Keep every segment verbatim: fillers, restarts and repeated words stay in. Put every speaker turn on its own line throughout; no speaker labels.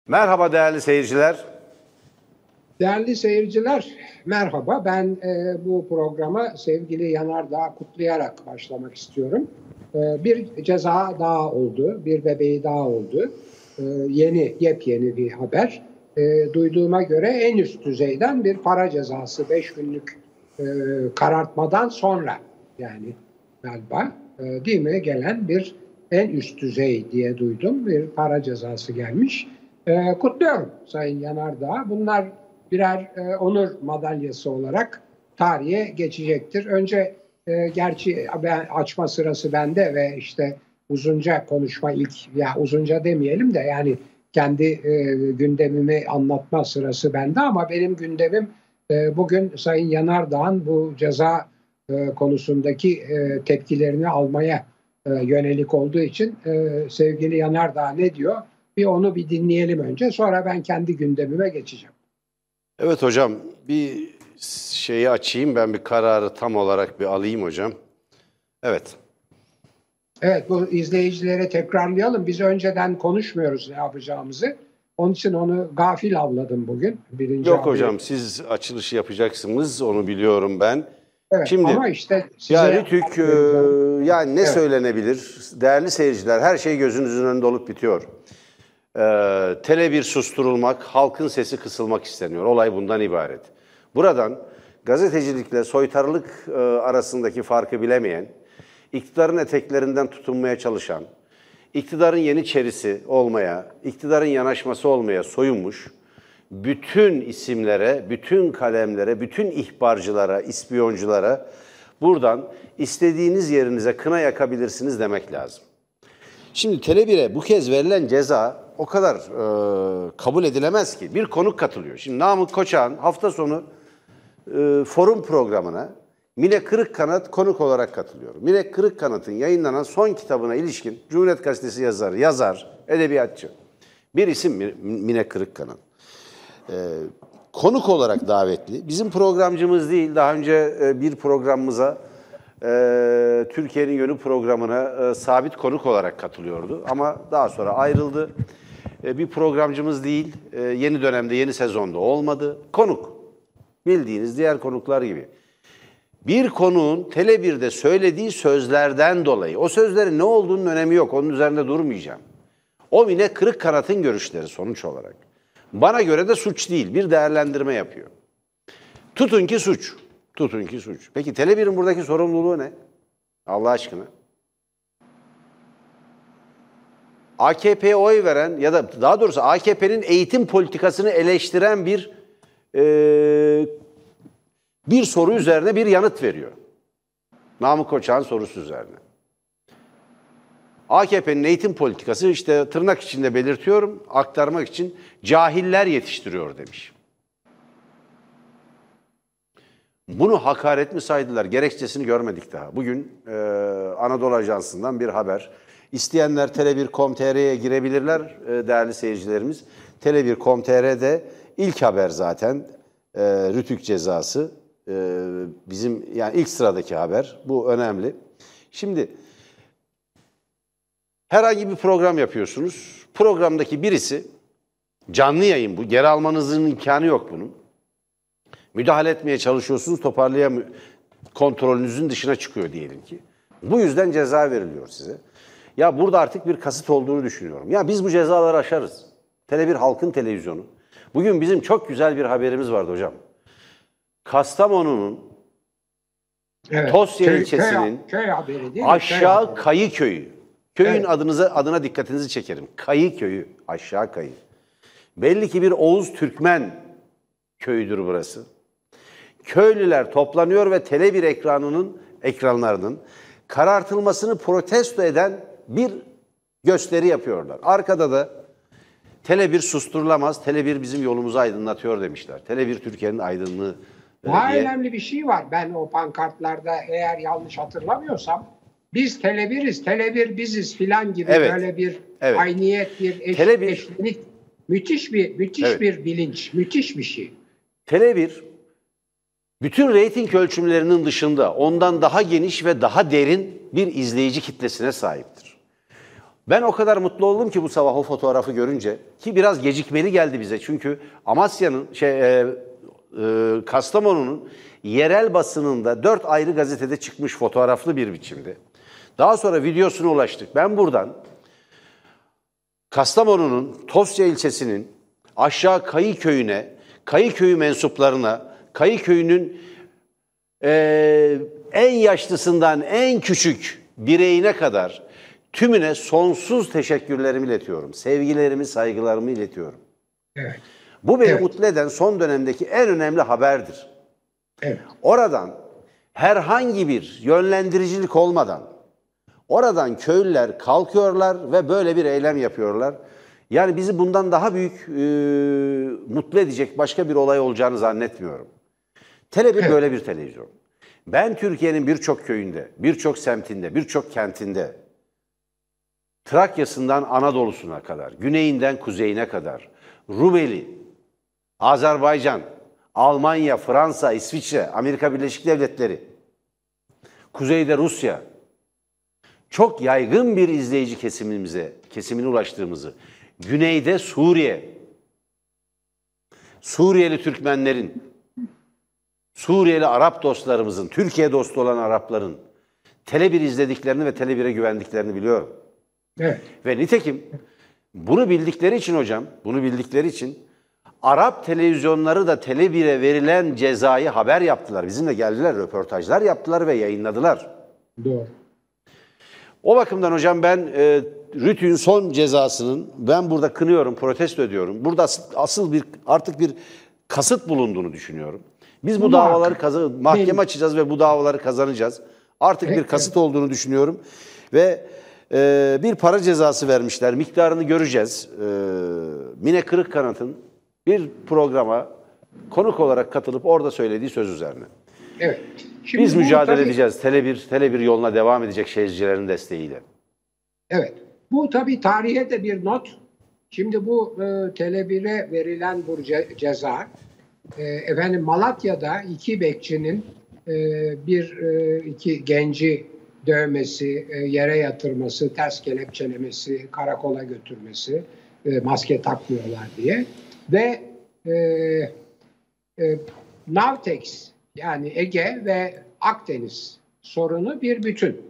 Merhaba değerli seyirciler.
Değerli seyirciler, merhaba. Ben e, bu programa sevgili Yanardağ'ı kutlayarak başlamak istiyorum. E, bir ceza daha oldu, bir bebeği daha oldu. E, yeni, yepyeni bir haber. E, duyduğuma göre en üst düzeyden bir para cezası, beş günlük e, karartmadan sonra yani galiba e, değil mi gelen bir en üst düzey diye duydum. Bir para cezası gelmiş. E, kutluyorum Sayın Yanardağ. Bunlar birer e, onur madalyası olarak tarihe geçecektir. Önce e, gerçi ben, açma sırası bende ve işte uzunca konuşma ilk ya uzunca demeyelim de yani kendi e, gündemimi anlatma sırası bende ama benim gündemim e, bugün Sayın Yanardağ'ın bu ceza e, konusundaki e, tepkilerini almaya e, yönelik olduğu için e, sevgili Yanardağ ne diyor? Bir onu bir dinleyelim önce. Sonra ben kendi gündemime geçeceğim.
Evet hocam, bir şeyi açayım, ben bir kararı tam olarak bir alayım hocam. Evet.
Evet, bu izleyicilere tekrarlayalım. Biz önceden konuşmuyoruz ne yapacağımızı. Onun için onu gafil avladım bugün. Birinci
Yok
haberi.
hocam, siz açılışı yapacaksınız, onu biliyorum ben.
Evet,
Şimdi,
ama işte size...
ya Rütük, e, yani ne
evet.
söylenebilir? Değerli seyirciler, her şey gözünüzün önünde olup bitiyor. Ee, Tele bir susturulmak, halkın sesi kısılmak isteniyor. Olay bundan ibaret. Buradan gazetecilikle soytarılık e, arasındaki farkı bilemeyen, iktidarın eteklerinden tutunmaya çalışan, iktidarın yeniçerisi olmaya, iktidarın yanaşması olmaya soyunmuş, bütün isimlere, bütün kalemlere, bütün ihbarcılara, ispiyonculara buradan istediğiniz yerinize kına yakabilirsiniz demek lazım. Şimdi Tele bir'e bu kez verilen ceza o kadar e, kabul edilemez ki. Bir konuk katılıyor. Şimdi Namık Koçak'ın hafta sonu e, forum programına Mine Kırıkkanat konuk olarak katılıyor. Mine Kırıkkanat'ın yayınlanan son kitabına ilişkin Cumhuriyet Gazetesi yazarı, yazar, edebiyatçı bir isim Mine Kırıkkanat. E, konuk olarak davetli. Bizim programcımız değil. Daha önce e, bir programımıza Ee, Türkiye'nin Yönü programına e, sabit konuk olarak katılıyordu. Ama daha sonra ayrıldı. E, bir programcımız değil. E, yeni dönemde, yeni sezonda olmadı. Konuk. Bildiğiniz diğer konuklar gibi. Bir konuğun Tele bir'de söylediği sözlerden dolayı, o sözlerin ne olduğunun önemi yok. Onun üzerinde durmayacağım. O Mine Kırıkkanat'ın görüşleri sonuç olarak. Bana göre de suç değil. Bir değerlendirme yapıyor. Tutun ki suç. Tutun ki suç. Peki Tele bir'in buradaki sorumluluğu ne? Allah aşkına. A K P'ye oy veren ya da daha doğrusu A K P'nin eğitim politikasını eleştiren bir e, bir soru üzerine bir yanıt veriyor. Namık Koçak'ın sorusu üzerine. A K P'nin eğitim politikası işte tırnak içinde belirtiyorum, aktarmak için cahiller yetiştiriyor demiş. Bunu hakaret mi saydılar? Gerekçesini görmedik daha. Bugün e, Anadolu Ajansı'ndan bir haber. İsteyenler tele bir nokta com nokta tr'ye girebilirler e, değerli seyircilerimiz. tele bir nokta com nokta tr'de ilk haber zaten e, Rütük cezası. E, bizim yani ilk sıradaki haber. Bu önemli. Şimdi herhangi bir program yapıyorsunuz. Programdaki birisi canlı yayın bu. Geri almanızın imkanı yok bunun. Müdahale etmeye çalışıyorsunuz, toparlayam kontrolünüzün dışına çıkıyor diyelim ki. Bu yüzden ceza veriliyor size. Ya burada artık bir kasıt olduğunu düşünüyorum. Ya biz bu cezaları aşarız. Tele bir halkın televizyonu. Bugün bizim çok güzel bir haberimiz vardı hocam. Kastamonu'nun
evet,
Tosya
köy,
ilçesinin
köy, köy haberi değil
aşağı
köy
Kayı köyü. Köyün
evet.
adınıza adına dikkatinizi çekerim. Kayı köyü, aşağı Kayı. Belli ki bir Oğuz Türkmen köyüdür burası. Köylüler toplanıyor ve Tele bir ekranının ekranlarının karartılmasını protesto eden bir gösteri yapıyorlar. Arkada da Tele bir susturulamaz, Tele bir bizim yolumuzu aydınlatıyor demişler. Tele bir Türkiye'nin aydınlığı
Daha
diye.
önemli bir şey var. Ben o pankartlarda eğer yanlış hatırlamıyorsam biz Tele bir'iz, Tele bir biziz filan gibi
evet.
böyle bir
evet.
ayniyet, bir eş,
Tele bir,
eşlilik. Müthiş bir müthiş evet. bir bilinç, müthiş bir şey.
Tele bir bütün reyting ölçümlerinin dışında ondan daha geniş ve daha derin bir izleyici kitlesine sahiptir. Ben o kadar mutlu oldum ki bu sabah o fotoğrafı görünce, ki biraz gecikmeli geldi bize. Çünkü Amasya'nın, şey, e, e, Kastamonu'nun yerel basınında dört ayrı gazetede çıkmış fotoğraflı bir biçimde. Daha sonra videosuna ulaştık. Ben buradan Kastamonu'nun Tosya ilçesinin aşağı Kayıköy'üne, Kayıköy'ü mensuplarına, Kayıköy'ünün e, en yaşlısından en küçük bireyine kadar tümüne sonsuz teşekkürlerimi iletiyorum. Sevgilerimi, saygılarımı iletiyorum.
Evet.
Bu beni
Evet.
mutlu eden son dönemdeki en önemli haberdir.
Evet.
Oradan herhangi bir yönlendiricilik olmadan oradan köylüler kalkıyorlar ve böyle bir eylem yapıyorlar. Yani bizi bundan daha büyük e, mutlu edecek başka bir olay olacağını zannetmiyorum. Tele bir
Evet.
böyle bir televizyon. Ben Türkiye'nin birçok köyünde, birçok semtinde, birçok kentinde, Trakya'sından Anadolu'suna kadar, güneyinden kuzeyine kadar, Rumeli, Azerbaycan, Almanya, Fransa, İsviçre, Amerika Birleşik Devletleri, kuzeyde Rusya, çok yaygın bir izleyici kesimimize, kesimine ulaştığımızı, güneyde Suriye, Suriyeli Türkmenlerin, Suriyeli Arap dostlarımızın, Türkiye dostu olan Arapların Tele bir izlediklerini ve Tele bir'e güvendiklerini biliyorum.
Evet.
Ve nitekim bunu bildikleri için hocam, bunu bildikleri için Arap televizyonları da Tele bir'e verilen cezayı haber yaptılar. Bizimle geldiler, röportajlar yaptılar ve yayınladılar.
Doğru.
O bakımdan hocam ben e, Rütük'ün son cezasının ben burada kınıyorum, protesto ediyorum. Burada asıl, asıl bir artık bir kasıt bulunduğunu düşünüyorum. Biz bu,
Bu
davaları
muhakkak.
kazan mahkeme
Benim.
açacağız ve bu davaları kazanacağız. Artık
Evet,
bir kasıt
evet.
olduğunu düşünüyorum ve e, bir para cezası vermişler. Miktarını göreceğiz. E, Mine Kırıkkanat'ın bir programa konuk olarak katılıp orada söylediği söz üzerine.
Evet. Şimdi
Biz
bu
mücadele
tabii-
edeceğiz. Tele bir, Tele bir yoluna devam edecek şehircilerin desteğiyle.
Evet. Bu tabii tarihe de bir not. Şimdi bu e, Tele bir'e verilen bu ce- ceza, e, efendim Malatya'da iki bekçinin e, bir e, iki genci dövmesi, e, yere yatırması, ters kelepçelemesi, karakola götürmesi, e, maske takmıyorlar diye ve e, e, Navtex yani Ege ve Akdeniz sorunu bir bütün.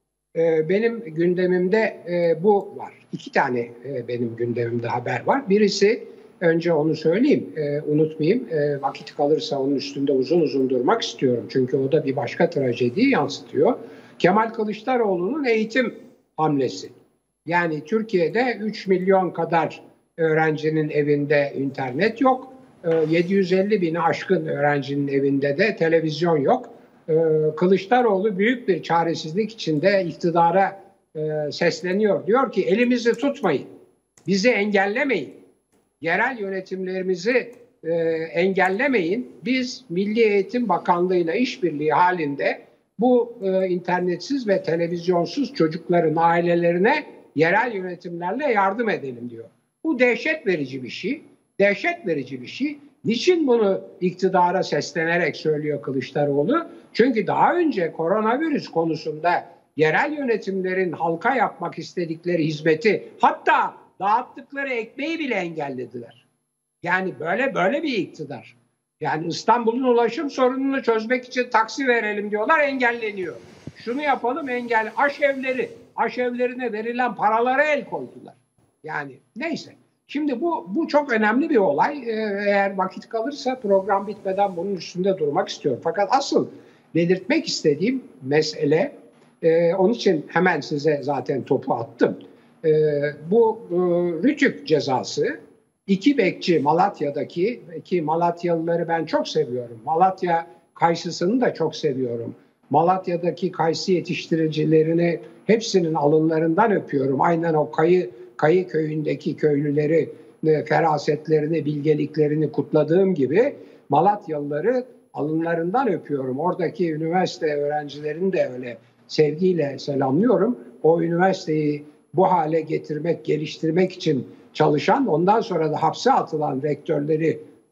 E, benim gündemimde e, bu var. İki tane e, benim gündemimde haber var. Birisi, önce onu söyleyeyim, e, unutmayayım. E, vakit kalırsa onun üstünde uzun uzun durmak istiyorum. Çünkü o da bir başka trajediyi yansıtıyor. Kemal Kılıçdaroğlu'nun eğitim hamlesi. Yani Türkiye'de üç milyon kadar öğrencinin evinde internet yok. yedi yüz elli bini aşkın öğrencinin evinde de televizyon yok. Kılıçdaroğlu büyük bir çaresizlik içinde iktidara sesleniyor. Diyor ki elimizi tutmayın, bizi engellemeyin, yerel yönetimlerimizi engellemeyin. Biz Milli Eğitim Bakanlığı'yla işbirliği halinde bu internetsiz ve televizyonsuz çocukların ailelerine yerel yönetimlerle yardım edelim diyor. Bu dehşet verici bir şey. Dehşet verici bir şey. Niçin bunu iktidara seslenerek söylüyor Kılıçdaroğlu? Çünkü daha önce koronavirüs konusunda yerel yönetimlerin halka yapmak istedikleri hizmeti, hatta dağıttıkları ekmeği bile engellediler. Yani böyle böyle bir iktidar. Yani İstanbul'un ulaşım sorununu çözmek için taksi verelim diyorlar, engelleniyor. Şunu yapalım, engel. Aşevleri, aşevlerine verilen paralara el koydular. Yani neyse. Şimdi bu bu çok önemli bir olay. Ee, eğer vakit kalırsa program bitmeden bunun üstünde durmak istiyorum. Fakat asıl belirtmek istediğim mesele, e, onun için hemen size zaten topu attım. E, bu e, Rütük cezası, iki bekçi Malatya'daki, ki Malatyalıları ben çok seviyorum. Malatya kayısısını da çok seviyorum. Malatya'daki kayısı yetiştiricilerini hepsinin alınlarından öpüyorum. Aynen o kayı Kayı köyündeki köylüleri, ferasetlerini, bilgeliklerini kutladığım gibi Malatyalıları alınlarından öpüyorum. Oradaki üniversite öğrencilerini de öyle sevgiyle selamlıyorum. O üniversiteyi bu hale getirmek, geliştirmek için çalışan, ondan sonra da hapse atılan rektörleri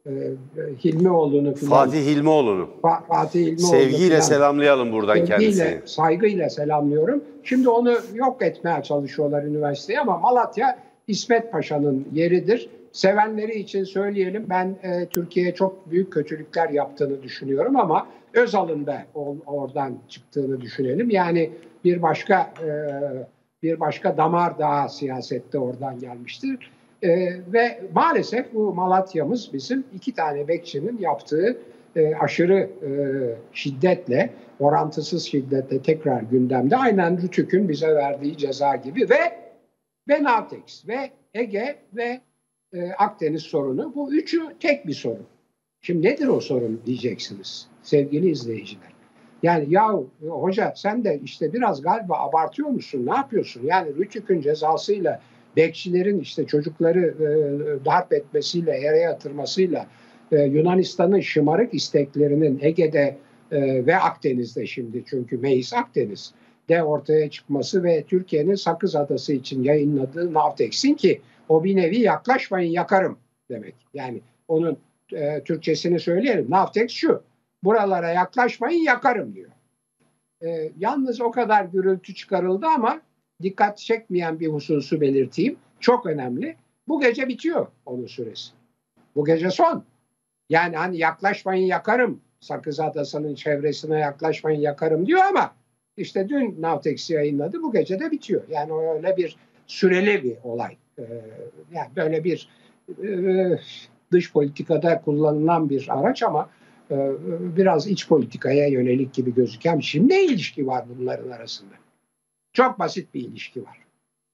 e, Hilmioğlu'nu filan.
Fatih Hilmioğlu'nu.
Fa- Fatih Hilmioğlu'nu
Sevgiyle
filan.
selamlayalım buradan
Sevgiyle,
kendisini.
saygıyla selamlıyorum. Şimdi onu yok etmeye çalışıyorlar üniversiteye ama Malatya İsmet Paşa'nın yeridir. Sevenleri için söyleyelim, ben e, Türkiye'ye çok büyük kötülükler yaptığını düşünüyorum ama Özal'ın da o- oradan çıktığını düşünelim. Yani bir başka e, bir başka damar daha siyasette oradan gelmiştir. E, ve maalesef bu Malatya'mız bizim iki tane bekçinin yaptığı e, aşırı e, şiddetle, orantısız şiddetle tekrar gündemde. Aynen Rütük'ün bize verdiği ceza gibi ve ve Navtex ve Ege ve e, Akdeniz sorunu. Bu üçü tek bir sorun. Şimdi nedir o sorun diyeceksiniz sevgili izleyiciler. Yani yahu hoca sen de işte biraz galiba abartıyor musun? Ne yapıyorsun? Yani Rütük'ün cezasıyla, bekçilerin işte çocukları e, darp etmesiyle, yere yatırmasıyla, e, Yunanistan'ın şımarık isteklerinin Ege'de e, ve Akdeniz'de şimdi çünkü Meis Akdeniz de ortaya çıkması ve Türkiye'nin Sakız Adası için yayınladığı Navtex'in ki o bir nevi yaklaşmayın yakarım demek. Yani onun e, Türkçesini söyleyelim. Navtex şu. Buralara yaklaşmayın yakarım diyor. E, yalnız o kadar gürültü çıkarıldı ama dikkat çekmeyen bir hususu belirteyim. Çok önemli. Bu gece bitiyor onun süresi. Bu gece son. Yani hani yaklaşmayın yakarım. Sakız Adası'nın çevresine yaklaşmayın yakarım diyor ama işte dün Navtex yayınladı. Bu gece de bitiyor. Yani öyle bir süreli bir olay. Ee, yani böyle bir e, dış politikada kullanılan bir araç ama e, biraz iç politikaya yönelik gibi gözüken. Şimdi ne ilişki var bunların arasında? Çok basit bir ilişki var.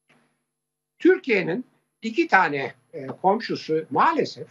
Türkiye'nin iki tane e, komşusu maalesef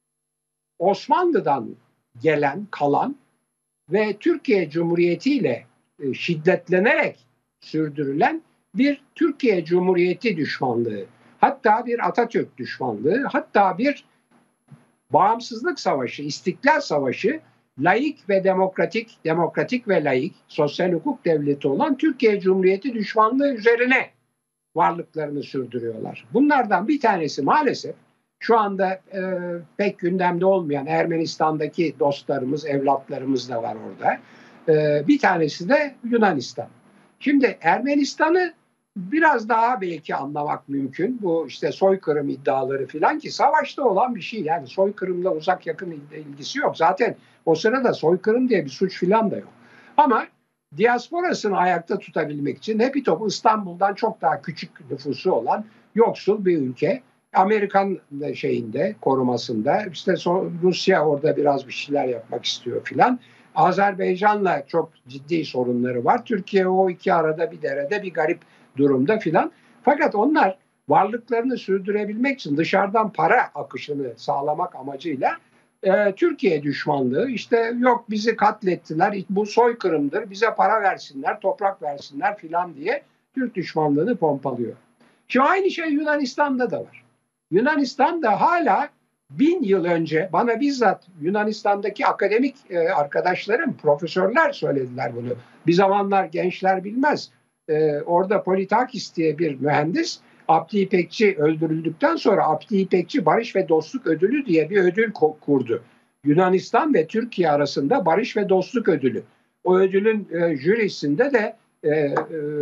Osmanlı'dan gelen, kalan ve Türkiye Cumhuriyeti ile e, şiddetlenerek sürdürülen bir Türkiye Cumhuriyeti düşmanlığı, hatta bir Atatürk düşmanlığı, hatta bir bağımsızlık savaşı, istiklal savaşı, laik ve demokratik, demokratik ve laik, sosyal hukuk devleti olan Türkiye Cumhuriyeti düşmanlığı üzerine varlıklarını sürdürüyorlar. Bunlardan bir tanesi maalesef şu anda e, pek gündemde olmayan Ermenistan'daki dostlarımız, evlatlarımız da var orada. E, bir tanesi de Yunanistan. Şimdi Ermenistan'ı biraz daha belki anlamak mümkün. Bu işte soykırım iddiaları filan ki savaşta olan bir şey. Yani soykırımla uzak yakın ilgisi yok. Zaten o sırada soykırım diye bir suç filan da yok. Ama diasporasını ayakta tutabilmek için Hepitop İstanbul'dan çok daha küçük nüfusu olan yoksul bir ülke. Amerikan şeyinde, korumasında. İşte Rusya orada biraz bir şeyler yapmak istiyor filan. Azerbaycan'la çok ciddi sorunları var. Türkiye o iki arada bir derede bir garip durumda filan. Fakat onlar varlıklarını sürdürebilmek için dışarıdan para akışını sağlamak amacıyla e, Türkiye düşmanlığı işte yok bizi katlettiler, bu soykırımdır, bize para versinler, toprak versinler filan diye Türk düşmanlığını pompalıyor. Şimdi aynı şey Yunanistan'da da var. Yunanistan da hala bin yıl önce bana bizzat Yunanistan'daki akademik e, arkadaşlarım, profesörler söylediler bunu. Bir zamanlar gençler bilmez. E, orada Politakis diye bir mühendis Abdi İpekçi öldürüldükten sonra Abdi İpekçi Barış ve Dostluk Ödülü diye bir ödül kurdu. Yunanistan ve Türkiye arasında Barış ve Dostluk Ödülü. O ödülün e, jürisinde de e, e,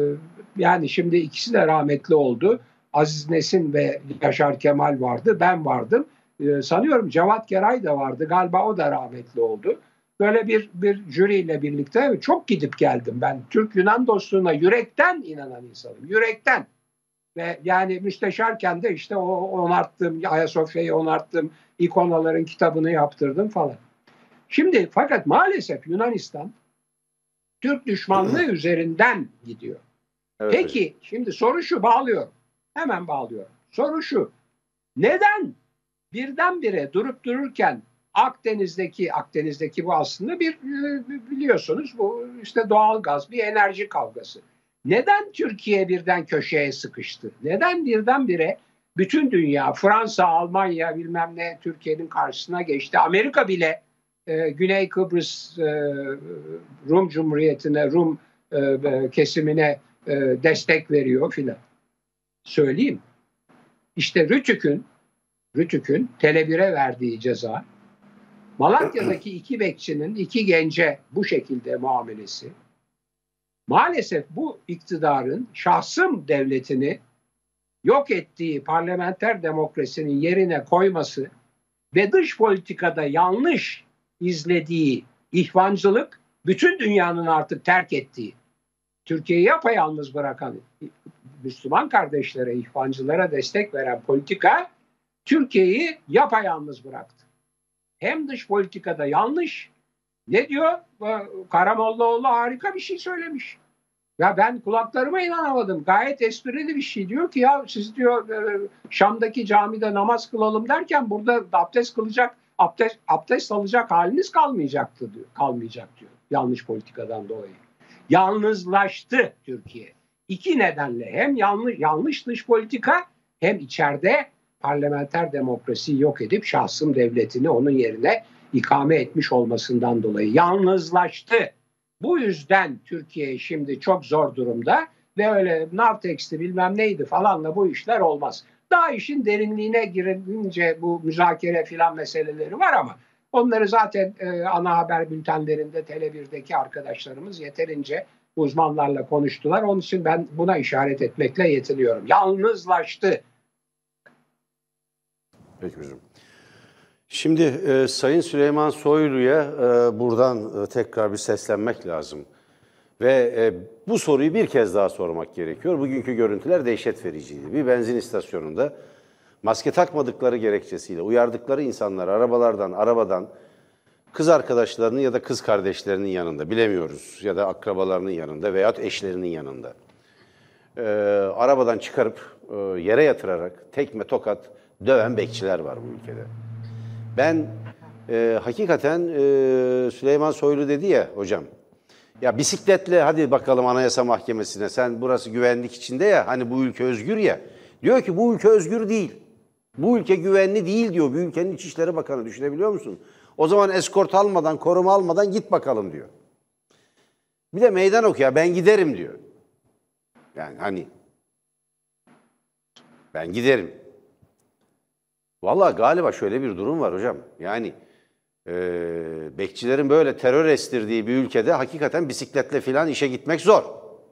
yani şimdi ikisi de rahmetli oldu. Aziz Nesin ve Yaşar Kemal vardı, ben vardım. Ee, sanıyorum Cevat Geray da vardı, galiba o da rahmetli oldu. Böyle bir bir jüriyle birlikte çok gidip geldim ben. Türk-Yunan dostluğuna yürekten inanan insanım, yürekten. Ve yani müsteşarken de işte o onarttım, Ayasofya'yı onarttım, ikonaların kitabını yaptırdım falan. Şimdi fakat maalesef Yunanistan Türk düşmanlığı üzerinden gidiyor. Evet. Peki şimdi soru şu, bağlıyorum. Hemen bağlıyorum. Soru şu. Neden birdenbire durup dururken Akdeniz'deki Akdeniz'deki bu aslında bir biliyorsunuz bu işte doğal gaz, bir enerji kavgası. Neden Türkiye birden köşeye sıkıştı? Neden birdenbire bütün dünya, Fransa, Almanya bilmem ne Türkiye'nin karşısına geçti. Amerika bile e, Güney Kıbrıs e, Rum Cumhuriyeti'ne, Rum e, kesimine e, destek veriyor filan. Söyleyeyim. İşte Rütük'ün Rütük'ün Tele bir'e verdiği ceza Malatya'daki iki bekçinin iki gence bu şekilde muamelesi, maalesef bu iktidarın şahsım devletini yok ettiği parlamenter demokrasinin yerine koyması ve dış politikada yanlış izlediği ihvancılık, bütün dünyanın artık terk ettiği, Türkiye'yi yapayalnız bırakan Müslüman kardeşlere, ihvancılara destek veren politika Türkiye'yi yapayalnız bıraktı. Hem dış politikada yanlış, ne diyor? Karamollaoğlu harika bir şey söylemiş. Ya ben kulaklarıma inanamadım. Gayet esprili bir şey. Diyor ki ya siz diyor Şam'daki camide namaz kılalım derken burada abdest kılacak, abdest, abdest alacak haliniz kalmayacaktı diyor. Kalmayacak diyor. Yanlış politikadan dolayı. Yalnızlaştı Türkiye. İki nedenle hem yanlış, yanlış dış politika hem içeride parlamenter demokrasiyi yok edip şahsım devletini onun yerine ikame etmiş olmasından dolayı yalnızlaştı. Bu yüzden Türkiye şimdi çok zor durumda ve öyle Navtex'ti bilmem neydi falanla bu işler olmaz. Daha işin derinliğine girince bu müzakere filan meseleleri var ama onları zaten e, ana haber bültenlerinde Tele bir'deki arkadaşlarımız yeterince uzmanlarla konuştular. Onun için ben buna işaret etmekle yetiniyorum. Yalnızlaştı.
Peki hocam. Şimdi e, Sayın Süleyman Soylu'ya e, buradan e, tekrar bir seslenmek lazım. Ve e, bu soruyu bir kez daha sormak gerekiyor. Bugünkü görüntüler dehşet vericiydi. Bir benzin istasyonunda maske takmadıkları gerekçesiyle uyardıkları insanlar arabalardan, arabadan kız arkadaşlarının ya da kız kardeşlerinin yanında, bilemiyoruz, ya da akrabalarının yanında veyahut eşlerinin yanında. E, arabadan çıkarıp e, yere yatırarak tekme tokat döven bekçiler var bu ülkede. Ben e, hakikaten e, Süleyman Soylu dedi ya hocam, ya bisikletle hadi bakalım Anayasa Mahkemesi'ne, sen burası güvenlik içinde ya, hani bu ülke özgür ya. Diyor ki bu ülke özgür değil. Bu ülke güvenli değil diyor. Bu ülkenin İçişleri Bakanı, düşünebiliyor musun? O zaman eskort almadan, koruma almadan git bakalım diyor. Bir de meydan okuyor, ben giderim diyor. Yani hani ben giderim. Vallahi galiba şöyle bir durum var hocam. Yani e, bekçilerin böyle terör estirdiği bir ülkede hakikaten bisikletle filan işe gitmek zor.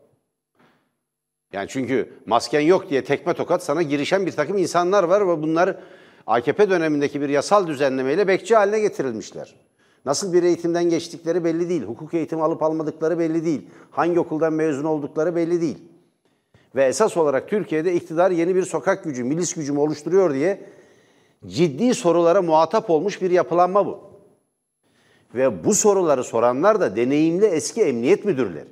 Yani çünkü masken yok diye tekme tokat sana girişen bir takım insanlar var ve bunlar A K P dönemindeki bir yasal düzenlemeyle bekçi haline getirilmişler. Nasıl bir eğitimden geçtikleri belli değil. Hukuk eğitimi alıp almadıkları belli değil. Hangi okuldan mezun oldukları belli değil. Ve esas olarak Türkiye'de iktidar yeni bir sokak gücü, milis gücü mü oluşturuyor diye ciddi sorulara muhatap olmuş bir yapılanma bu. Ve bu soruları soranlar da deneyimli eski emniyet müdürleri.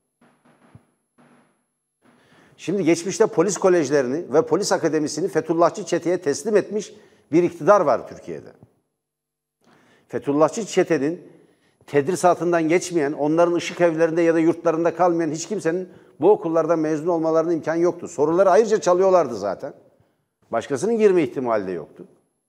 Şimdi geçmişte polis kolejlerini ve polis akademisini Fethullahçı çeteye teslim etmiş bir iktidar var Türkiye'de. Fethullahçı çetenin tedrisatından geçmeyen, onların ışık evlerinde ya da yurtlarında kalmayan hiç kimsenin bu okullardan mezun olmalarına imkan yoktu. Soruları ayrıca çalıyorlardı zaten. Başkasının girme ihtimali de yoktu.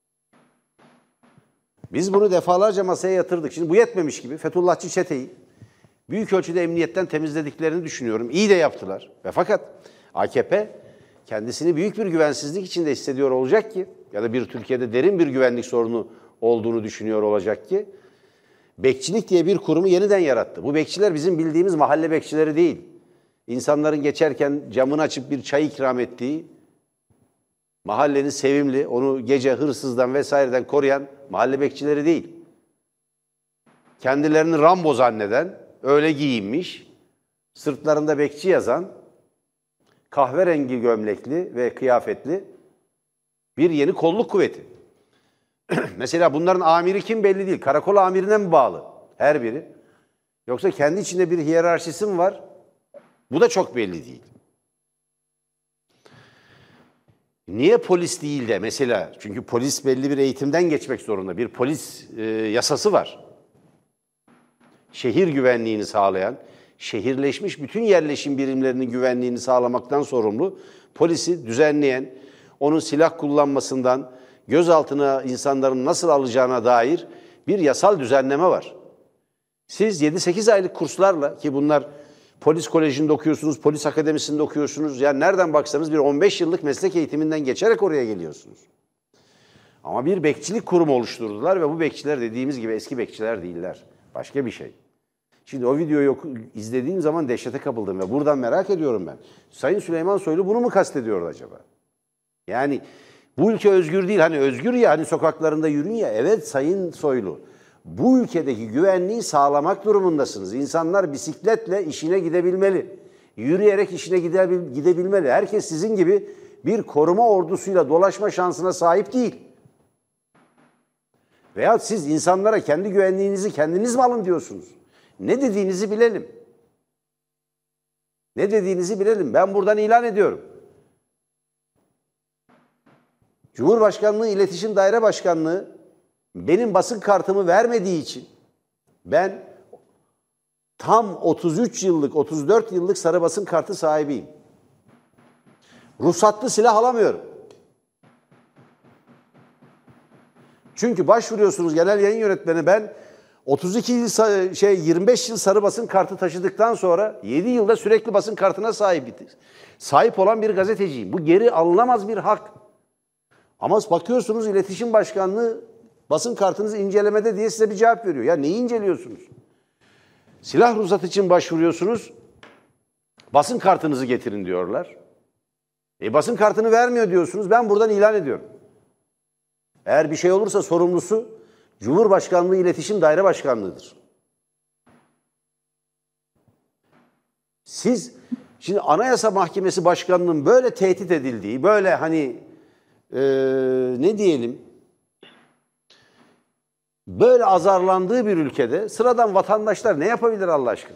Biz bunu defalarca masaya yatırdık. Şimdi bu yetmemiş gibi Fethullahçı çeteyi büyük ölçüde emniyetten temizlediklerini düşünüyorum. İyi de yaptılar. Ve fakat A K P kendisini büyük bir güvensizlik içinde hissediyor olacak ki, ya da bir Türkiye'de derin bir güvenlik sorunu olduğunu düşünüyor olacak ki, bekçilik diye bir kurumu yeniden yarattı. Bu bekçiler bizim bildiğimiz mahalle bekçileri değil. İnsanların geçerken camını açıp bir çay ikram ettiği, mahallenin sevimli, onu gece hırsızdan vesaireden koruyan mahalle bekçileri değil. Kendilerini Rambo zanneden, öyle giyinmiş, sırtlarında bekçi yazan, kahverengi gömlekli ve kıyafetli bir yeni kolluk kuvveti. Mesela bunların amiri kim belli değil. Karakol amirine mi bağlı her biri? Yoksa kendi içinde bir hiyerarşisi mi var? Bu da çok belli değil. Niye polis değil de mesela, çünkü polis belli bir eğitimden geçmek zorunda. Bir polis e, yasası var. Şehir güvenliğini sağlayan, şehirleşmiş bütün yerleşim birimlerinin güvenliğini sağlamaktan sorumlu, polisi düzenleyen, onun silah kullanmasından, gözaltına insanların nasıl alacağına dair bir yasal düzenleme var. Siz yedi sekiz aylık kurslarla, ki bunlar polis kolejinde okuyorsunuz, polis akademisinde okuyorsunuz, yani nereden baksanız bir on beş yıllık meslek eğitiminden geçerek oraya geliyorsunuz. Ama bir bekçilik kurumu oluşturdular ve bu bekçiler dediğimiz gibi eski bekçiler değiller. Başka bir şey. Şimdi o videoyu izlediğim zaman dehşete kapıldım ve buradan merak ediyorum ben. Sayın Süleyman Soylu bunu mu kastediyor acaba? Yani bu ülke özgür değil. Hani özgür ya, hani sokaklarında yürün ya. Evet Sayın Soylu. Bu ülkedeki güvenliği sağlamak durumundasınız. İnsanlar bisikletle işine gidebilmeli. Yürüyerek işine gidebilmeli. Herkes sizin gibi bir koruma ordusuyla dolaşma şansına sahip değil. Veya siz insanlara kendi güvenliğinizi kendiniz mi alın diyorsunuz? Ne dediğinizi bilelim. Ne dediğinizi bilelim. Ben buradan ilan ediyorum. Cumhurbaşkanlığı İletişim Daire Başkanlığı benim basın kartımı vermediği için ben tam otuz üç yıllık, otuz dört yıllık sarı basın kartı sahibiyim. Ruhsatlı silah alamıyorum. Çünkü başvuruyorsunuz genel yayın yönetmeni, ben otuz iki yıl şey yirmi beş yıl sarı basın kartı taşıdıktan sonra yedi yılda sürekli basın kartına sahip sahip olan bir gazeteciyim. Bu geri alınamaz bir hak. Ama bakıyorsunuz İletişim Başkanlığı basın kartınızı incelemede diye size bir cevap veriyor. Ya neyi inceliyorsunuz? Silah ruhsatı için başvuruyorsunuz. Basın kartınızı getirin diyorlar. E basın kartını vermiyor diyorsunuz. Ben buradan ilan ediyorum. Eğer bir şey olursa sorumlusu Cumhurbaşkanlığı İletişim Daire Başkanlığı'dır. Siz şimdi Anayasa Mahkemesi Başkanı'nın böyle tehdit edildiği, böyle hani e, ne diyelim, böyle azarlandığı bir ülkede sıradan vatandaşlar ne yapabilir Allah aşkına?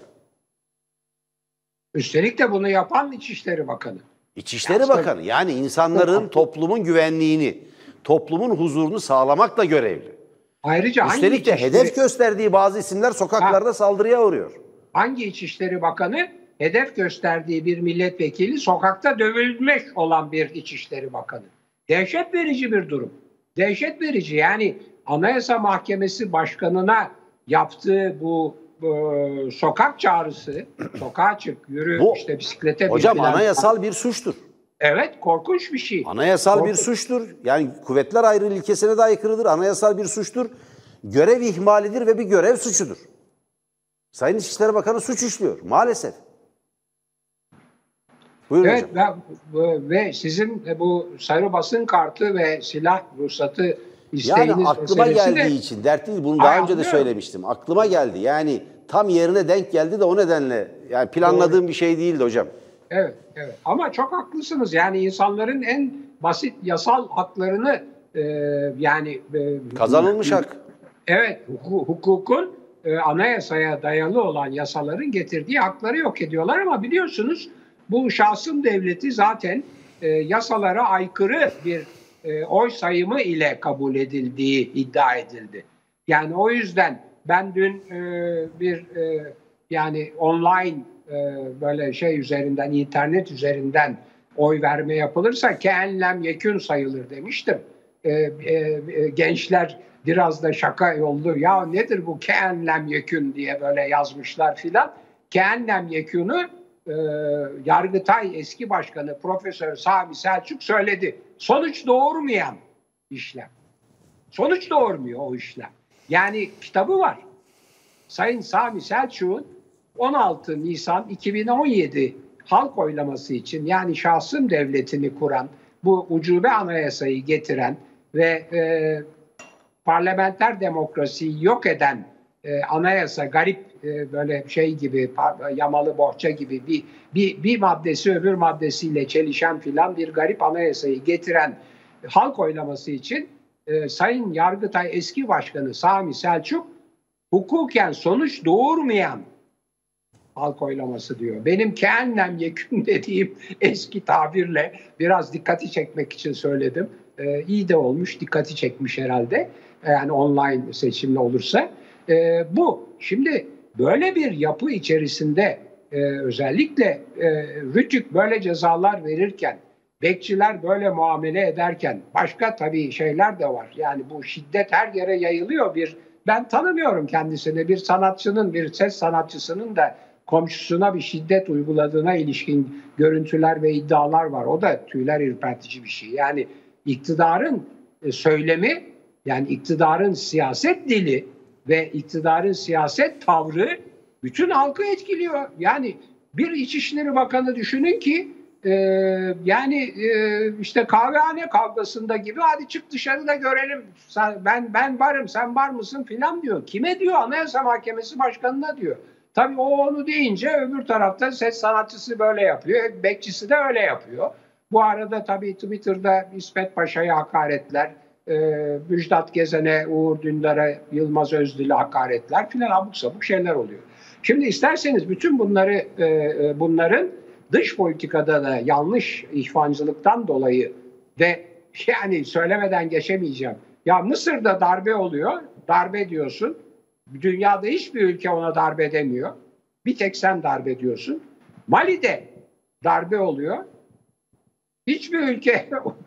Üstelik de bunu yapan İçişleri Bakanı.
İçişleri Bakanı, yani insanların, toplumun güvenliğini, toplumun huzurunu sağlamakla görevli.
Ayrıca
üstelik de
İçişleri...
hedef gösterdiği bazı isimler sokaklarda ha. saldırıya uğruyor.
Hangi İçişleri Bakanı? Hedef gösterdiği bir milletvekili sokakta dövülmüş olan bir İçişleri Bakanı. Dehşet verici bir durum. Dehşet verici. Yani Anayasa Mahkemesi Başkanı'na yaptığı bu, bu sokak çağrısı, sokağa çık, yürü, bu, işte bisiklete...
Hocam bir anayasal bir suçtur.
Evet, korkunç bir şey.
Anayasal
korkunç.
bir suçtur. Yani kuvvetler ayrılığı ilkesine de aykırıdır. Anayasal bir suçtur. Görev ihmalidir ve bir görev suçudur. Sayın İçişleri Bakanı suç işliyor maalesef. Buyurun
evet
hocam.
Ve, ve sizin bu sarı basın kartı ve silah ruhsatı isteğiniz
yani aklıma geldiği
de,
için dert değil. Bunu daha
Ay,
önce de söylemiştim. Aklıma geldi. Yani tam yerine denk geldi de o nedenle, yani planladığım Doğru. bir şey değildi hocam.
Evet, evet. Ama çok haklısınız. Yani insanların en basit yasal haklarını e, yani e,
kazanılmış hak.
Evet, hukuk, hukukun e, anayasaya dayalı olan yasaların getirdiği hakları yok ediyorlar ama biliyorsunuz bu şahsım devleti zaten e, yasalara aykırı bir e, oy sayımı ile kabul edildiği iddia edildi. Yani o yüzden ben dün e, bir e, yani online e, böyle şey üzerinden, internet üzerinden oy verme yapılırsa ke'enlem yekün sayılır demiştim. E, e, e, gençler biraz da şaka yollu. Ya nedir bu ke'enlem yekün diye böyle yazmışlar filan. Ke'enlem yekünü e, Yargıtay eski başkanı Profesör Sami Selçuk söyledi. Sonuç doğurmayan işlem. Sonuç doğurmuyor o işlem. Yani kitabı var. Sayın Sami Selçuk'un on altı Nisan iki bin on yedi halk oylaması için, yani şahsım devletini kuran, bu ucube anayasayı getiren ve e, parlamenter demokrasiyi yok eden e, anayasa, garip e, böyle şey gibi, yamalı bohça gibi bir, bir, bir maddesi öbür maddesiyle çelişen filan bir garip anayasayı getiren halk oylaması için e, Sayın Yargıtay eski başkanı Sami Selçuk hukuken sonuç doğurmayan halk oylaması diyor. Benim ke'enlem yekün dediğim eski tabirle biraz dikkati çekmek için söyledim. Ee, iyi de olmuş, dikkati çekmiş herhalde. Yani online seçimle olursa. Ee, bu. Şimdi böyle bir yapı içerisinde e, özellikle e, RTÜK böyle cezalar verirken, bekçiler böyle muamele ederken başka tabii şeyler de var. Yani bu şiddet her yere yayılıyor. Bir ben tanımıyorum kendisini. Bir sanatçının, bir ses sanatçısının da komşusuna bir şiddet uyguladığına ilişkin görüntüler ve iddialar var. O da tüyler ürpertici bir şey. Yani iktidarın e, söylemi, yani iktidarın siyaset dili ve iktidarın siyaset tavrı bütün halkı etkiliyor. Yani bir İçişleri Bakanı düşünün ki e, yani e, işte kahvehane kavgasında gibi, hadi çık dışarıda görelim, sen, ben ben varım sen var mısın filan diyor. Kime diyor? Anayasa Mahkemesi Başkanı'na diyor. Tabii o onu deyince öbür tarafta ses sanatçısı böyle yapıyor, bekçisi de öyle yapıyor. Bu arada tabii Twitter'da İsmet Paşa'ya hakaretler, e, Müjdat Gezen'e, Uğur Dündar'a, Yılmaz Özdil'e hakaretler filan, abuk sabuk şeyler oluyor. Şimdi isterseniz bütün bunları e, bunların dış politikada da yanlış ihvancılıktan dolayı ve yani söylemeden geçemeyeceğim. Ya Mısır'da darbe oluyor, darbe diyorsun. Dünyada hiçbir ülke ona darbe demiyor. Bir tek sen darbe diyorsun. Mali'de darbe oluyor. Hiçbir ülke,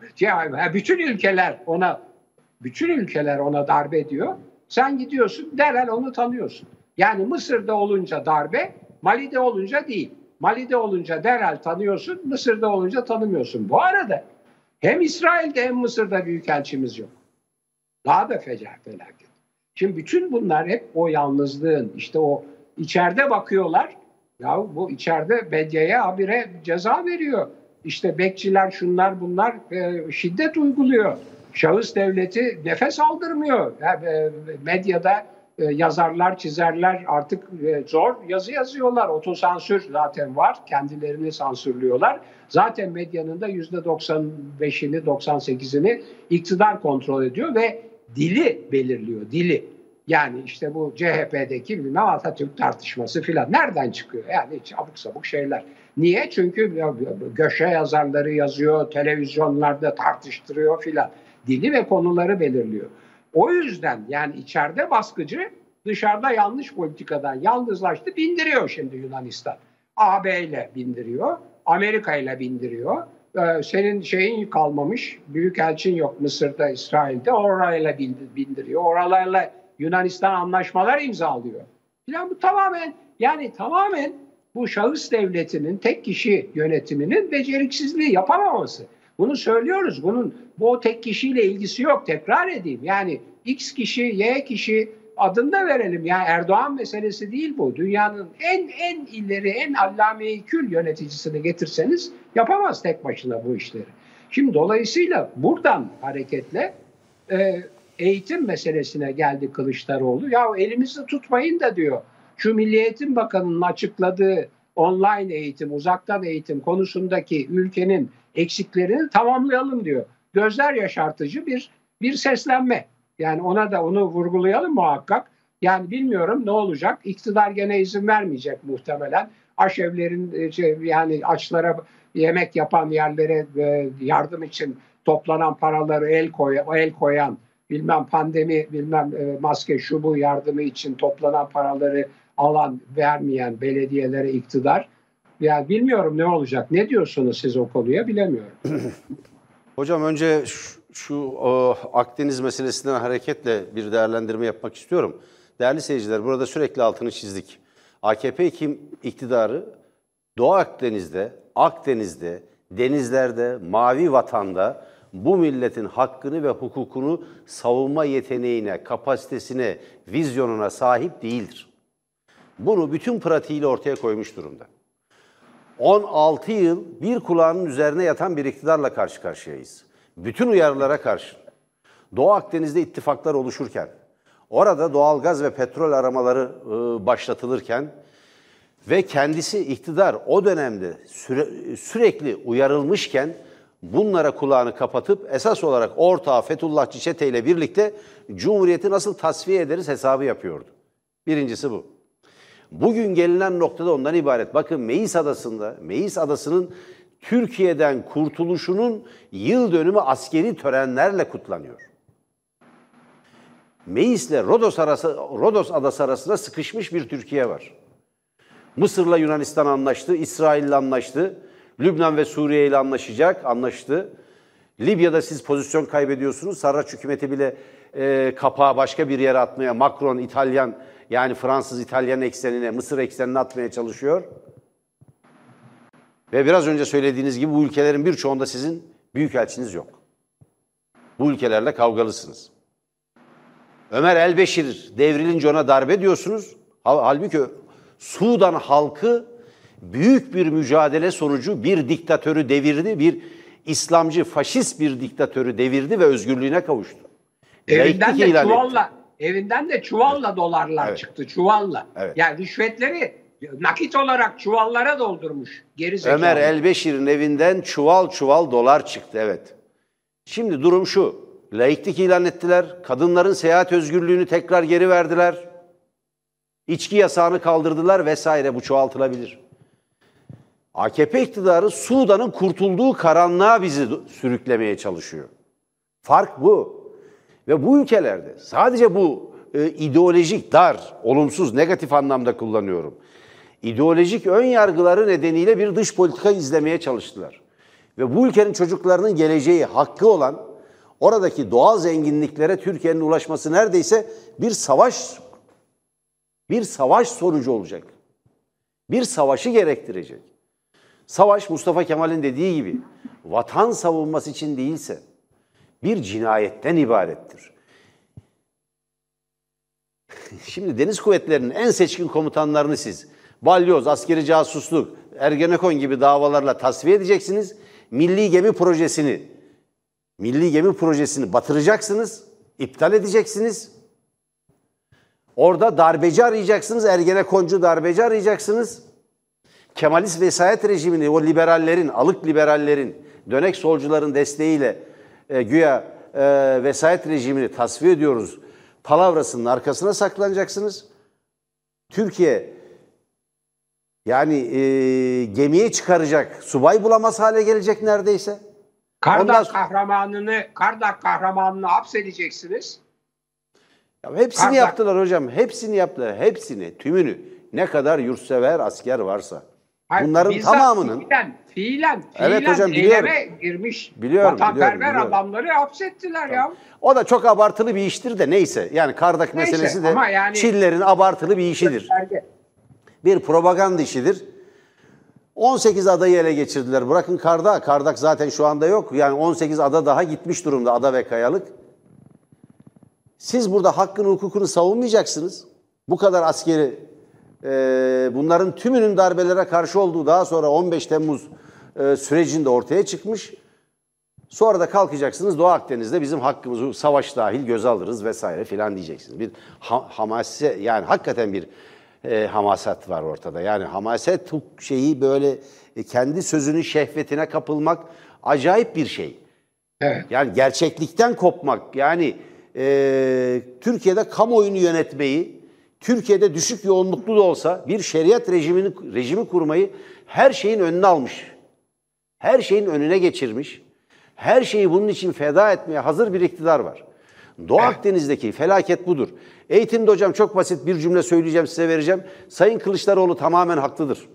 bütün ülkeler ona, bütün ülkeler ona darbe diyor. Sen gidiyorsun, derhal onu tanıyorsun. Yani Mısır'da olunca darbe, Mali'de olunca değil. Mali'de olunca derhal tanıyorsun, Mısır'da olunca tanımıyorsun. Bu arada hem İsrail'de hem Mısır'da büyükelçimiz yok. Daha da feca felaket. Şimdi bütün bunlar hep o yalnızlığın, işte o içeride bakıyorlar. Ya bu içeride medyaya, habire ceza veriyor. İşte bekçiler, şunlar bunlar e, şiddet uyguluyor. Şahıs devleti nefes aldırmıyor. Yani, e, medyada e, yazarlar, çizerler artık e, zor yazı yazıyorlar. Otosansür zaten var. Kendilerini sansürlüyorlar. Zaten medyanın da yüzde doksan beşini, doksan sekizini iktidar kontrol ediyor ve dili belirliyor. Dili. Yani işte bu C H P'deki bilmem Atatürk tartışması filan nereden çıkıyor? Yani hiç abuk sabuk şeyler. Niye? Çünkü köşe yazarları yazıyor, televizyonlarda tartıştırıyor filan. Dili ve konuları belirliyor. O yüzden yani içeride baskıcı, dışarıda yanlış politikadan yalnızlaştı, bindiriyor şimdi Yunanistan. A B ile bindiriyor, Amerika ile bindiriyor. Ee, senin şeyin kalmamış, büyükelçin yok Mısır'da, İsrail'de, orayla bindiriyor. Oralarla Yunanistan anlaşmalar imzalıyor. Falan bu tamamen, yani tamamen bu şahıs devletinin, tek kişi yönetiminin beceriksizliği, yapamaması. Bunu söylüyoruz. Bunun bu tek kişiyle ilgisi yok. Tekrar edeyim. Yani X kişi, Y kişi adını da verelim. Yani Erdoğan meselesi değil bu. Dünyanın en en ileri, en allame-i kül yöneticisini getirseniz yapamaz tek başına bu işleri. Şimdi dolayısıyla buradan hareketle e, eğitim meselesine geldi Kılıçdaroğlu. Ya elimizi tutmayın da diyor. Şu Milli Eğitim Bakanı'nın açıkladığı online eğitim, uzaktan eğitim konusundaki ülkenin eksiklerini tamamlayalım diyor. Gözler yaşartıcı bir bir seslenme. Yani ona da onu vurgulayalım muhakkak. Yani bilmiyorum ne olacak. İktidar gene izin vermeyecek muhtemelen. Aşevlerin şey, yani açlara yemek yapan yerlere yardım için toplanan paraları el koy, el koyan, bilmem pandemi, bilmem maske şu bu yardımı için toplanan paraları alan, vermeyen belediyelere iktidar. Yani bilmiyorum ne olacak. Ne diyorsunuz siz o konuya, bilemiyorum.
Hocam önce şu, şu o, Akdeniz meselesinden hareketle bir değerlendirme yapmak istiyorum. Değerli seyirciler, burada sürekli altını çizdik. A K P kim iktidarı Doğu Akdeniz'de, Akdeniz'de, denizlerde, mavi vatanda bu milletin hakkını ve hukukunu savunma yeteneğine, kapasitesine, vizyonuna sahip değildir. Bunu bütün pratiğiyle ortaya koymuş durumda. on altı yıl bir kulağının üzerine yatan bir iktidarla karşı karşıyayız. Bütün uyarılara karşı. Doğu Akdeniz'de ittifaklar oluşurken, orada doğalgaz ve petrol aramaları e, başlatılırken ve kendisi iktidar o dönemde süre, sürekli uyarılmışken bunlara kulağını kapatıp esas olarak ortağı Fethullahçı çeteyle birlikte Cumhuriyeti nasıl tasfiye ederiz hesabı yapıyordu. Birincisi bu. Bugün gelinen noktada ondan ibaret. Bakın Meis Adası'nda, Meis Adası'nın Türkiye'den kurtuluşunun yıl dönümü askeri törenlerle kutlanıyor. Meis ile Rodos, arası, Rodos Adası arasında sıkışmış bir Türkiye var. Mısır'la Yunanistan anlaştı, İsrail'le anlaştı, Lübnan ve Suriye ile anlaşacak, anlaştı. Libya'da siz pozisyon kaybediyorsunuz, Sarraç hükümeti bile e, kapağı başka bir yere atmaya, Macron, İtalyan, yani Fransız-İtalyan eksenine, Mısır eksenine atmaya çalışıyor. Ve biraz önce söylediğiniz gibi bu ülkelerin birçoğunda sizin büyükelçiniz yok. Bu ülkelerle kavgalısınız. Ömer el-Beşir devrilince ona darbe diyorsunuz. Halbuki Sudan halkı büyük bir mücadele sonucu bir diktatörü devirdi, bir İslamcı, faşist bir diktatörü devirdi ve özgürlüğüne kavuştu.
Evinden de çuvalla, evinden de çuvalla dolarlar evet. çıktı, çuvalla.
Evet.
Yani rüşvetleri nakit olarak çuvallara doldurmuş. Geri zekalı.
Ömer el-Beşir'in evinden çuval çuval dolar çıktı, evet. Şimdi durum şu, laiklik ilan ettiler, kadınların seyahat özgürlüğünü tekrar geri verdiler, içki yasağını kaldırdılar vesaire, bu çoğaltılabilir. A K P iktidarı Sudan'ın kurtulduğu karanlığa bizi sürüklemeye çalışıyor. Fark bu. Ve bu ülkelerde sadece bu e, ideolojik, dar, olumsuz, negatif anlamda kullanıyorum. İdeolojik ön yargıları nedeniyle bir dış politika izlemeye çalıştılar. Ve bu ülkenin çocuklarının geleceği, hakkı olan oradaki doğal zenginliklere Türkiye'nin ulaşması neredeyse bir savaş, bir savaş sonucu olacak. Bir savaşı gerektirecek. Savaş, Mustafa Kemal'in dediği gibi, vatan savunması için değilse bir cinayetten ibarettir. Şimdi Deniz Kuvvetleri'nin en seçkin komutanlarını siz balyoz, askeri casusluk, Ergenekon gibi davalarla tasfiye edeceksiniz. Milli gemi projesini, milli gemi projesini batıracaksınız, iptal edeceksiniz. Orada darbeci arayacaksınız, Ergenekoncu darbeci arayacaksınız. Kemalist vesayet rejimini, o liberallerin, alık liberallerin, dönek solcuların desteğiyle e, güya e, vesayet rejimini tasfiye ediyoruz palavrasının arkasına saklanacaksınız. Türkiye yani e, gemiye çıkaracak subay bulamaz hale gelecek neredeyse.
Kardak Ondan... kahramanını, Kardak kahramanını hapsedeceksiniz.
Ya hepsini Kardak... yaptılar hocam, hepsini yaptılar, hepsini, tümünü. Ne kadar yurtsever asker varsa.
Hayır,
bunların tamamının
fiilen, fiilen,
evet hocam, biliyorum.
girmiş
biliyorum,
vatanperver
biliyorum, biliyorum.
adamları hapsettiler tamam. ya.
O da çok abartılı bir iştir de neyse. Yani Kardak neyse, meselesi de yani, Çillerin abartılı bir işidir. Gösterge. Bir propaganda işidir. on sekiz adayı ele geçirdiler. Bırakın Kardak. Kardak zaten şu anda yok. Yani on sekiz ada daha gitmiş durumda, ada ve kayalık. Siz burada hakkını, hukukunu savunmayacaksınız. Bu kadar askeri, e, bunların tümünün darbelere karşı olduğu daha sonra on beş Temmuz e, sürecinde ortaya çıkmış. Sonra da kalkacaksınız Doğu Akdeniz'de bizim hakkımızı savaş dahil göze alırız vesaire filan diyeceksiniz. Bir ha hamase, yani hakikaten bir e, hamaset var ortada. Yani hamaset şeyi böyle e, kendi sözünün şehvetine kapılmak acayip bir şey.
Evet.
Yani gerçeklikten kopmak, yani e, Türkiye'de kamuoyunu yönetmeyi, Türkiye'de düşük yoğunluklu da olsa bir şeriat rejimini, rejimi kurmayı her şeyin önüne almış. Her şeyin önüne geçirmiş. Her şeyi bunun için feda etmeye hazır bir iktidar var. Doğu Akdeniz'deki felaket budur. Eğitimde hocam çok basit bir cümle söyleyeceğim, size vereceğim. Sayın Kılıçdaroğlu tamamen haklıdır.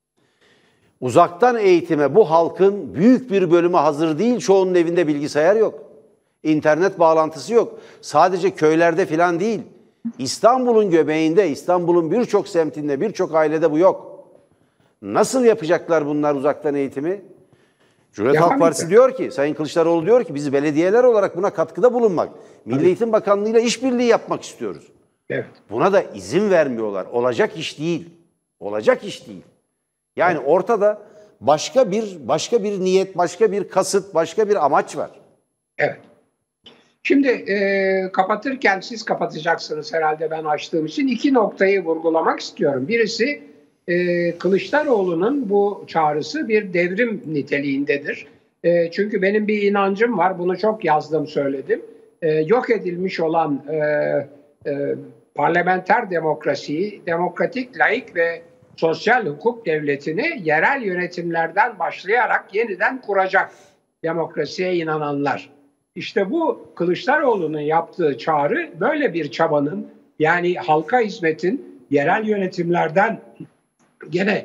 Uzaktan eğitime bu halkın büyük bir bölümü hazır değil. Çoğunun evinde bilgisayar yok. İnternet bağlantısı yok. Sadece köylerde falan değil. İstanbul'un göbeğinde, İstanbul'un birçok semtinde, birçok ailede bu yok. Nasıl yapacaklar bunlar uzaktan eğitimi? Cumhuriyet Halk Partisi diyor ki, Sayın Kılıçdaroğlu diyor ki biz belediyeler olarak buna katkıda bulunmak, Milli Eğitim Bakanlığı'yla işbirliği yapmak istiyoruz.
Evet.
Buna da izin vermiyorlar. Olacak iş değil. Olacak iş değil. Yani evet. Ortada başka bir başka bir niyet, başka bir kasıt, başka bir amaç var.
Evet. Şimdi e, kapatırken siz kapatacaksınız herhalde ben açtığım için iki noktayı vurgulamak istiyorum. Birisi e, Kılıçdaroğlu'nun bu çağrısı bir devrim niteliğindedir. E, çünkü benim bir inancım var, bunu çok yazdım söyledim. E, yok edilmiş olan e, e, parlamenter demokrasiyi, demokratik, laik ve sosyal hukuk devletini yerel yönetimlerden başlayarak yeniden kuracak demokrasiye inananlar. İşte bu Kılıçdaroğlu'nun yaptığı çağrı böyle bir çabanın, yani halka hizmetin yerel yönetimlerden gene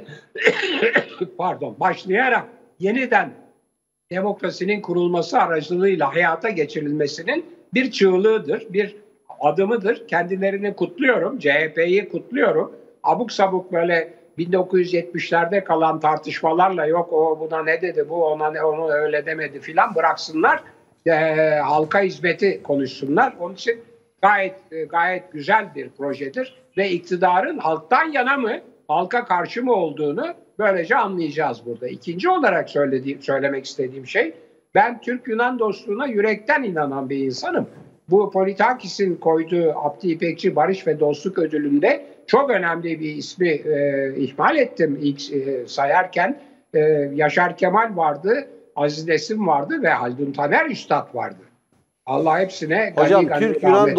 pardon başlayarak yeniden demokrasinin kurulması aracılığıyla hayata geçirilmesinin bir çığlığıdır, bir adımıdır. Kendilerini kutluyorum, C H P'yi kutluyorum. Abuk sabuk böyle bin dokuz yüz yetmişlerde kalan tartışmalarla yok o buna ne dedi, bu ona ne onu öyle demedi filan bıraksınlar. e, halka hizmeti konuşsunlar. Onun için gayet e, gayet güzel bir projedir ve iktidarın halktan yana mı, halka karşı mı olduğunu böylece anlayacağız burada. İkinci olarak söylediğim, söylemek istediğim şey, ben Türk-Yunan dostluğuna yürekten inanan bir insanım. Bu Politakis'in koyduğu Abdi İpekçi Barış ve Dostluk Ödülü'nde çok önemli bir ismi e, ihmal ettim ilk e, sayarken. E, Yaşar Kemal vardı, Aziz Nesin vardı ve Haldun Taner Üstad vardı. Allah hepsine
Hocam,
gani gani
Türk-Yunan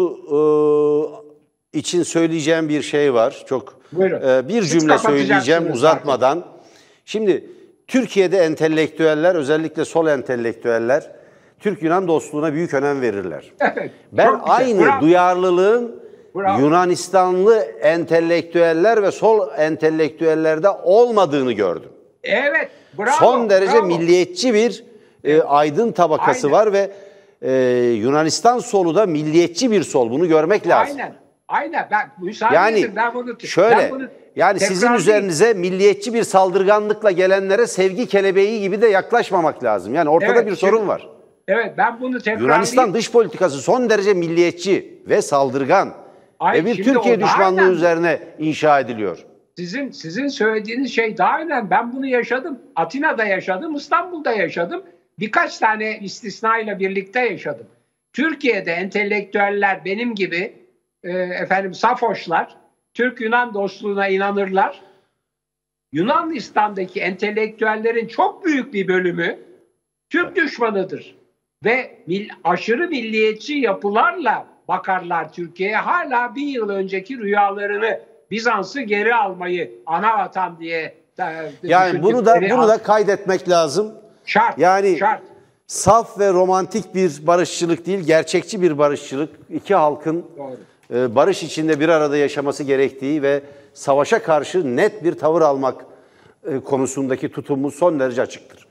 dostluğu e, için söyleyeceğim bir şey var. Çok e, bir
Siz
cümle söyleyeceğim uzatmadan.
Zaten.
Şimdi Türkiye'de entelektüeller, özellikle sol entelektüeller Türk-Yunan dostluğuna büyük önem verirler.
Evet,
ben aynı
Bravo.
duyarlılığın
Bravo.
Yunanistanlı entelektüeller ve sol entelektüellerde olmadığını gördüm.
Evet, bravo.
Son derece
bravo.
milliyetçi bir e, aydın tabakası
Aynen.
var ve e, Yunanistan solu da milliyetçi bir sol. Bunu görmek lazım.
Aynen. Aynen. Ben müsaade
Yani
edin, ben bunu
şöyle,
ben bunu
yani sizin
tekrarlayayım.
üzerinize milliyetçi bir saldırganlıkla gelenlere sevgi kelebeği gibi de yaklaşmamak lazım. Yani ortada
Evet,
bir
şimdi-
sorun var.
Evet, ben bunu tekrarlayayım.
Yunanistan dış politikası son derece milliyetçi ve saldırgan
Ay,
ve bir
şimdi
Türkiye
o daha
düşmanlığı
önemli.
üzerine inşa ediliyor.
Sizin sizin söylediğiniz şey daha önemli. Ben bunu yaşadım. Atina'da yaşadım, İstanbul'da yaşadım. Birkaç tane istisnayla birlikte yaşadım. Türkiye'de entelektüeller benim gibi e, efendim safoşlar Türk-Yunan dostluğuna inanırlar. Yunanistan'daki entelektüellerin çok büyük bir bölümü Türk düşmanıdır. Ve mil, aşırı milliyetçi yapılarla bakarlar Türkiye'ye. Hala bir yıl önceki rüyalarını, Bizans'ı geri almayı ana vatan diye e,
Yani bunu da
düşündükleri
bunu da kaydetmek lazım.
şart.
Yani
şart.
saf ve romantik bir barışçılık değil, gerçekçi bir barışçılık. İki halkın
Doğru.
e, barış içinde bir arada yaşaması gerektiği ve savaşa karşı net bir tavır almak e, konusundaki tutumumuz son derece açıktır.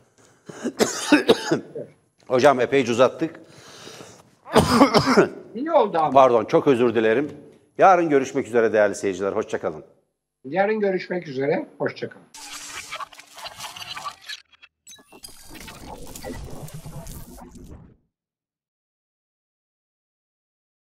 Hocam epeyce uzattık.
İyi oldu ama.
Pardon, çok özür dilerim. Yarın görüşmek üzere değerli seyirciler. Hoşça kalın.
Yarın görüşmek üzere. Hoşça kalın.